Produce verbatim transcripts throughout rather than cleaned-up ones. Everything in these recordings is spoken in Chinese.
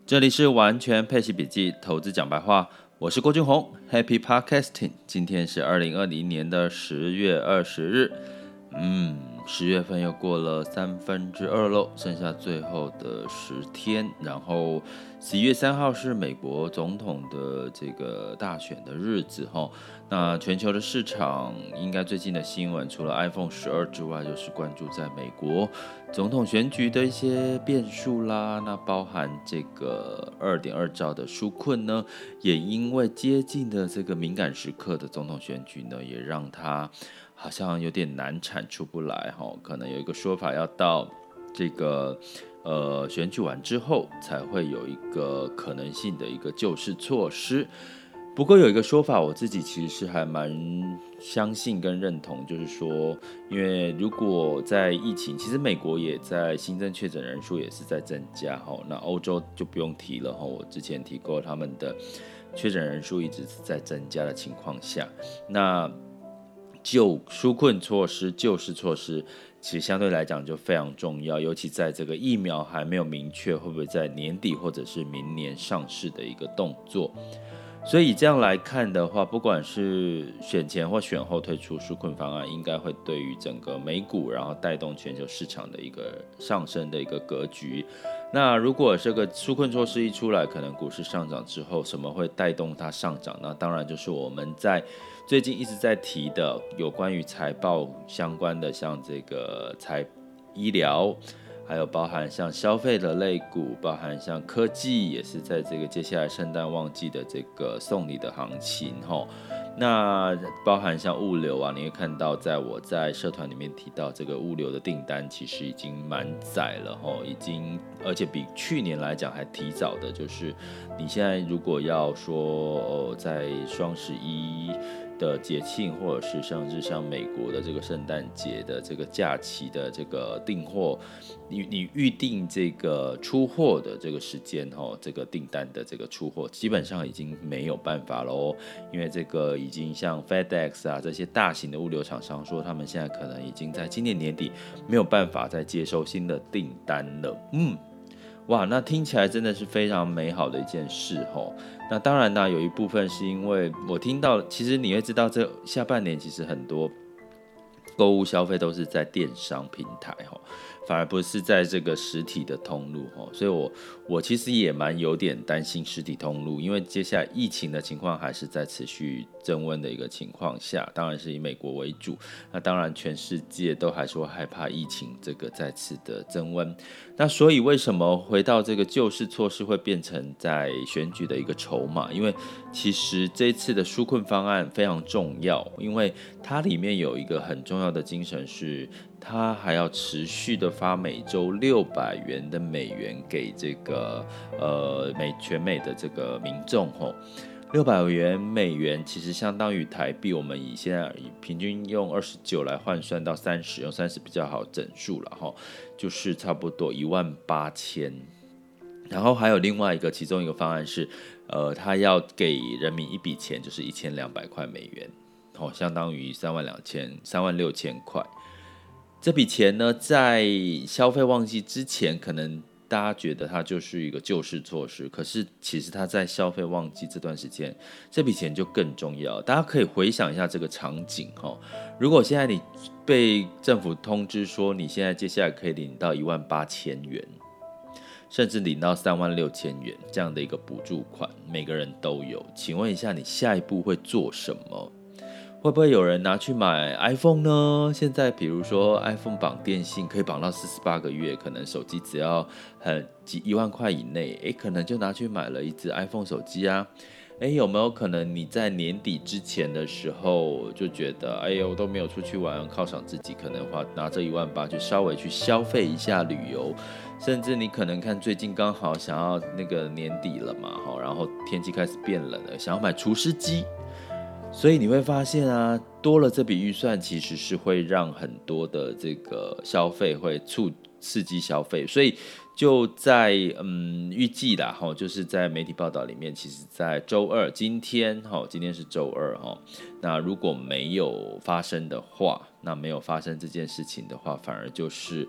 这里是完全配息笔记投资讲白话，我是郭俊宏 ，Happy Podcasting。今天是二零二零年的十月二十日，嗯，十月份又过了三分之二喽，剩下最后的十天。然后十一月三号是美国总统的这个大选的日子哈。那全球的市场应该最近的新闻，除了 iPhone 十二之外，就是关注在美国总统选举的一些变数啦。那包含这个 二点二兆的纾困呢，也因为接近的这个敏感时刻的总统选举呢，也让它好像有点难产出不来哈。可能有一个说法要到这个呃选举完之后，才会有一个可能性的一个救市措施。不过有一个说法，我自己其实是还蛮相信跟认同，就是说，因为如果在疫情，其实美国也在新增确诊人数也是在增加哈，那欧洲就不用提了哈，我之前提过他们的确诊人数一直是在增加的情况下，那救纾困措施、救市措施，其实相对来讲就非常重要，尤其在这个疫苗还没有明确会不会在年底或者是明年上市的一个动作。所以这样来看的话，不管是选前或选后推出纾困方案，应该会对于整个美股，然后带动全球市场的一个上升的一个格局。那如果这个纾困措施一出来，可能股市上涨之后，什么会带动它上涨？那当然就是我们在最近一直在提的有关于财报相关的，像这个财医疗。还有包含像消费的类股，包含像科技，也是在这个接下来圣诞旺季的这个送礼的行情齁。那包含像物流啊，你会看到在我在社团里面提到这个物流的订单其实已经满载了齁，已经而且比去年来讲还提早的，就是你现在如果要说、哦、在双十一的节庆，或者是甚至像美国的这个圣诞节的这个假期的这个订货，你你预定这个出货的这个时间哈，这个订单的这个出货基本上已经没有办法喽，因为这个已经像 FedEx 啊这些大型的物流厂商说，他们现在可能已经在今年年底没有办法再接收新的订单了，嗯。哇，那听起来真的是非常美好的一件事吼。那当然呢，有一部分是因为我听到，其实你会知道，这下半年其实很多购物消费都是在电商平台吼，反而不是在这个实体的通路吼。所以我我其实也蛮有点担心实体通路，因为接下来疫情的情况还是在持续增温的一个情况下，当然是以美国为主。那当然，全世界都还是会害怕疫情这个再次的增温。那所以为什么回到这个救市措施会变成在选举的一个筹码？因为其实这次的纾困方案非常重要，因为它里面有一个很重要的精神是，它还要持续的发每周六百元的美元给这个呃美全美的这个民众吼。六百元美元其实相当于台币，我们以现在以平均用二十九来换算到三十，用三十比较好整数了哈，就是差不多一万八千。然后还有另外一个，其中一个方案是，呃，他要给人民一笔钱，就是一千两百块美元，哦，相当于三万两千、三万六千块。这笔钱呢，在消费旺季之前，可能大家觉得它就是一个救市措施，可是其实它在消费旺季这段时间，这笔钱就更重要。大家可以回想一下这个场景哈，如果现在你被政府通知说，你现在接下来可以领到一万八千元，甚至领到三万六千元这样的一个补助款，每个人都有。请问一下，你下一步会做什么？会不会有人拿去买 iPhone 呢？现在比如说 iPhone 绑电信可以绑到四十八个月，可能手机只要很几一万块以内，诶，可能就拿去买了一只 iPhone 手机啊。诶，有没有可能你在年底之前的时候就觉得，哎呦，我都没有出去玩，犒赏自己，可能花拿这一万八去稍微去消费一下旅游，甚至你可能看最近刚好想要那个年底了嘛，然后天气开始变冷了，想要买除湿机。所以你会发现啊，多了这笔预算，其实是会让很多的这个消费会促刺激消费，所以就在嗯预计啦哈，就是在媒体报道里面，其实在周二今天哈，今天是周二哈，那如果没有发生的话，那没有发生这件事情的话，反而就是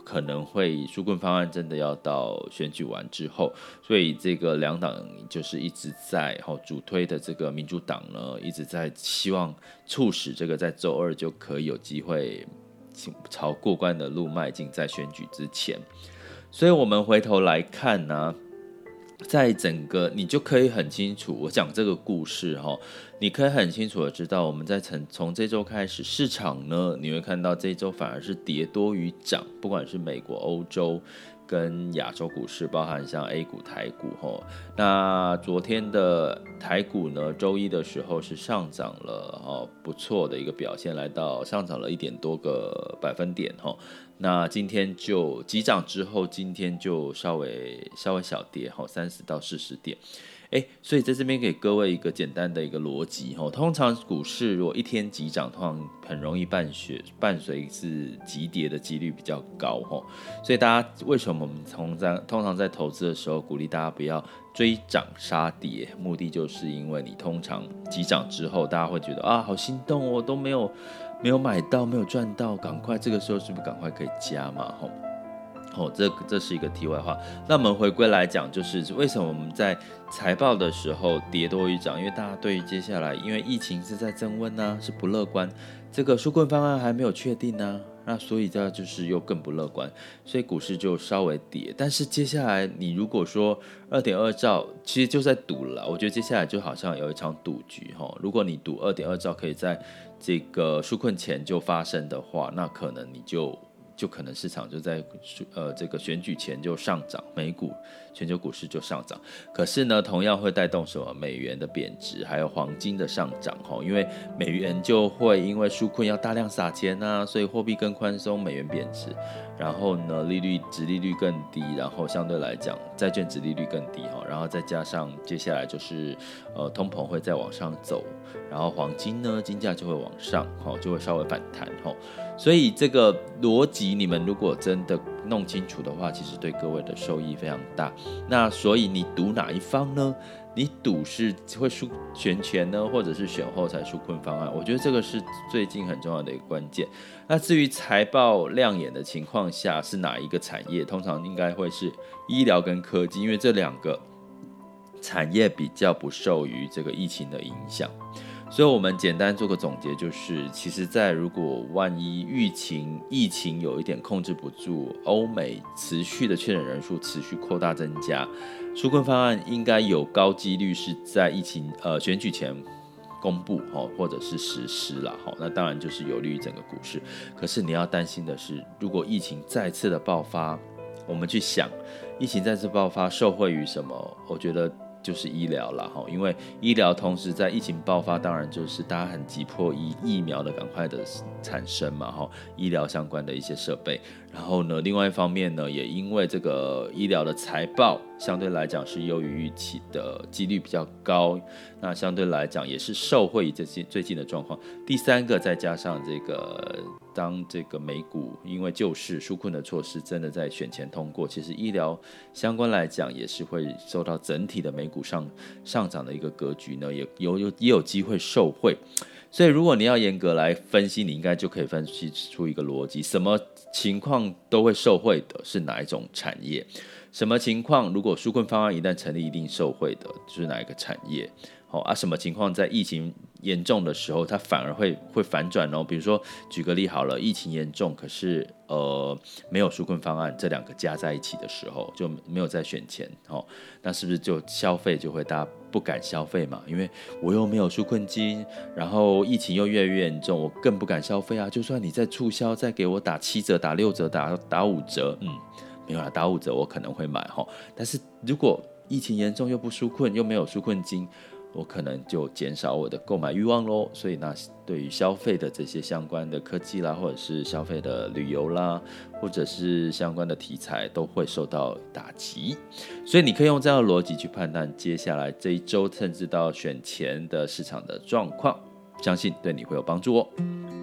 可能会纾困方案真的要到选举完之后，所以这个两党就是一直在主推的这个民主党呢，一直在希望促使这个在周二就可以有机会朝过关的路迈进，在选举之前。所以我们回头来看呢、啊，在整个你就可以很清楚，我讲这个故事哈，你可以很清楚的知道，我们在从从这周开始，市场呢你会看到这周反而是跌多于涨，不管是美国、欧洲跟亚洲股市，包含像 A 股、台股哈。那昨天的台股呢，周一的时候是上涨了哈，不错的一个表现，来到上涨了一点多个百分点哈。那今天就急涨之后，今天就稍微稍微小跌哈，三十到四十点。哎，所以在这边给各位一个简单的一个逻辑哈，通常股市如果一天急涨，通常很容易伴随伴随是急跌的几率比较高哈，所以大家为什么我们通常通常在投资的时候鼓励大家不要追涨杀跌，目的就是因为你通常急涨之后，大家会觉得啊好心动哦，都没有没有买到，没有赚到，赶快这个时候是不是赶快可以加嘛哈？哦，这这是一个题外话。那我们回归来讲，就是为什么我们在财报的时候跌多于涨？因为大家对于接下来，因为疫情是在增温啊，是不乐观，这个纾困方案还没有确定啊，那所以这就是又更不乐观，所以股市就稍微跌。但是接下来你如果说 二点二兆，其实就在赌了，我觉得接下来就好像有一场赌局哈。如果你赌 二点二兆可以在这个纾困前就发生的话，那可能你就。就可能市场就在呃这个选举前就上涨，美股全球股市就上涨。可是呢，同样会带动什么美元的贬值，还有黄金的上涨哈，因为美元就会因为纾困要大量撒钱啊，所以货币更宽松，美元贬值，然后呢利率殖利率更低，然后相对来讲债券殖利率更低哈，然后再加上接下来就是呃通膨会再往上走，然后黄金呢金价就会往上哈，就会稍微反弹哈。所以这个逻辑，你们如果真的弄清楚的话，其实对各位的收益非常大。那所以你赌哪一方呢？你赌是会输选前呢，或者是选后才纾困方案？我觉得这个是最近很重要的一个关键。那至于财报亮眼的情况下是哪一个产业？通常应该会是医疗跟科技，因为这两个产业比较不受于这个疫情的影响。所以我们简单做个总结，就是其实在如果万一疫情疫情有一点控制不住，欧美持续的确诊人数持续扩大增加，纾困方案应该有高几率是在疫情呃选举前公布或者是实施啦，那当然就是有利于整个股市。可是你要担心的是，如果疫情再次的爆发，我们去想疫情再次爆发受惠于什么？我觉得就是医疗啦，因为医疗同时在疫情爆发，当然就是大家很急迫疫疫苗的赶快的产生嘛，医疗相关的一些设备。然后呢，另外一方面呢，也因为这个医疗的财报相对来讲是优于预期的几率比较高，那相对来讲也是受惠于这些最近的状况。第三个，再加上这个当这个美股因为救市纾困的措施真的在选前通过，其实医疗相关来讲也是会受到整体的美股上上涨的一个格局呢，也有有也有机会受惠。所以如果你要严格来分析，你应该就可以分析出一个逻辑，什么情况都会受惠的是哪一种产业，什么情况如果纾困方案一旦成立一定受惠的就是哪一个产业，哦啊，什么情况在疫情严重的时候它反而会会反转哦。比如说举个例好了，疫情严重可是呃没有纾困方案，这两个加在一起的时候就没有在选前，哦，那是不是就消费就会大家不敢消费嘛？因为我又没有纾困金，然后疫情又越来越严重，我更不敢消费啊。就算你再促销，再给我打七折、打六折、打打五折，嗯，没有啦，打五折我可能会买哈。但是如果疫情严重又不纾困，又没有纾困金，我可能就减少我的购买欲望咯。所以那对于消费的这些相关的科技啦，或者是消费的旅游啦，或者是相关的题材都会受到打击。所以你可以用这样的逻辑去判断接下来这一周甚至到选前的市场的状况，相信对你会有帮助哦。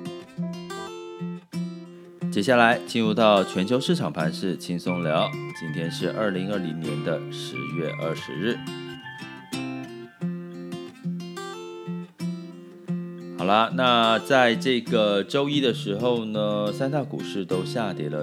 接下来进入到全球市场盘势轻松聊，今天是二零二零年的十月二十日。好啦，那在这个周一的时候呢，三大股市都下跌了一点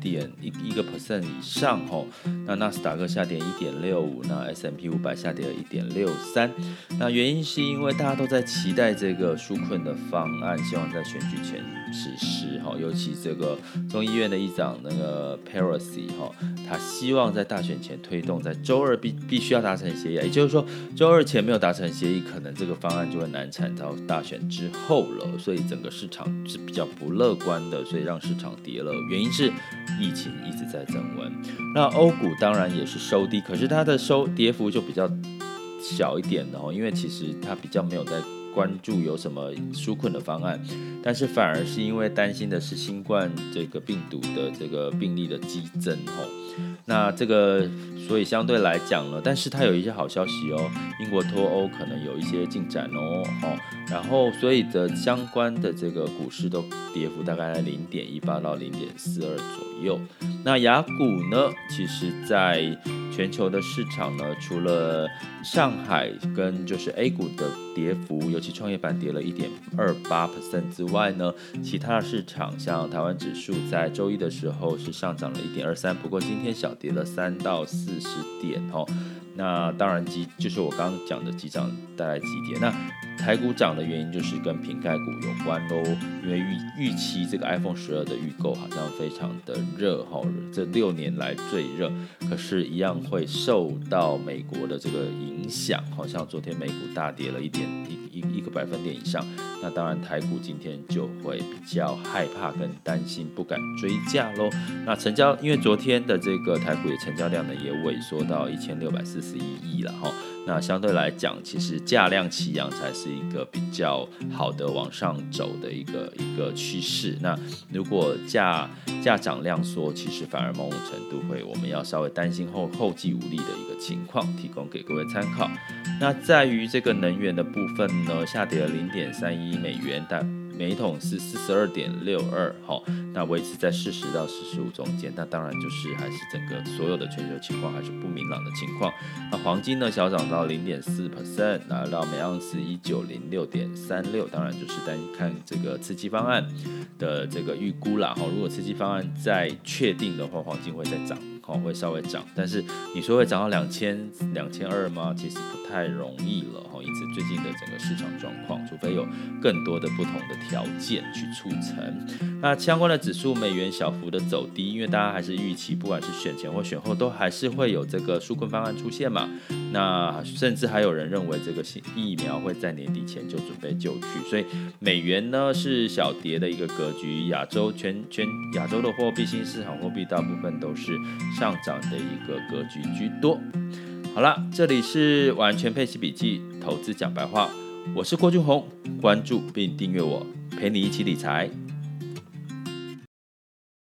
点一一个 percent 以上哦。那纳斯达克下跌一点六五，那 S and P 五百下跌了一点六三。那原因是因为大家都在期待这个纾困的方案，希望在选举前实施哈。尤其这个众议院的议长那个 Pelosi 哈，他希望在大选前推动，在周二必必须要达成协议，也就是说周二前没有达成协议，可能这个方案就会难产到大选之后了。所以整个市场是比较不乐观的，所以让市场跌了。原因是疫情一直在增温。那欧股当然也是收低，可是它的收跌幅就比较小一点的哦，因为其实它比较没有在关注有什么纾困的方案，但是反而是因为担心的是新冠这个病毒的这个病例的激增哦。那这个所以相对来讲呢，但是它有一些好消息哦，英国脱欧可能有一些进展哦，哦然后所以的相关的这个股市都跌幅大概在零点一八到零点四二左右。那亚股呢，其实在全球的市场呢，除了上海跟就是 A 股的跌幅，尤其创业板跌了 百分之一点二八 之外呢，其他的市场像台湾指数在周一的时候是上涨了 一点二三，不过今天小跌了三到四十点哦。那当然急就是我刚刚讲的急涨带来急跌。那台股涨的原因就是跟瓶盖股有关咯，因为 预, 预期这个 iPhone 十二的预购好像非常的热，这六年来最热，可是一样会受到美国的这个影响，好像昨天美股大跌了一点一一个百分点以上，那当然台股今天就会比较害怕跟担心，不敢追价咯。那成交，因为昨天的这个台股的成交量呢也萎缩到一千六百四十一亿了哈。那相对来讲，其实价量齐扬才是一个比较好的往上走的一个一个趋势。那如果价价涨量缩，其实反而某种程度会我们要稍微担心后后继无力的一个情况，提供给各位参考。那在于这个能源的部分呢，下跌了 零点三一美元，但每桶是 四十二点六二， 那维持在四十到四十五中间。那当然就是还是整个所有的全球情况还是不明朗的情况。那黄金呢小涨到 零点四 percent， 拿到每盎司一千九百零六点三六，当然就是单看这个刺激方案的这个预估啦。如果刺激方案再确定的话，黄金会再涨，会稍微涨，但是你说会涨到两千、两千二吗？其实不太容易了，因此最近的整个市场状况，除非有更多的不同的条件去促成。那相关的指数美元小幅的走低，因为大家还是预期，不管是选前或选后，都还是会有这个纾困方案出现嘛。那甚至还有人认为这个疫苗会在年底前就准备就绪，所以美元呢是小跌的一个格局。亚洲全全亚洲的货币，新市场货币大部分都是上涨的一个格局居多。好了，这里是完全配息笔记投资讲白话，我是郭俊宏，关注并订阅我，陪你一起理财。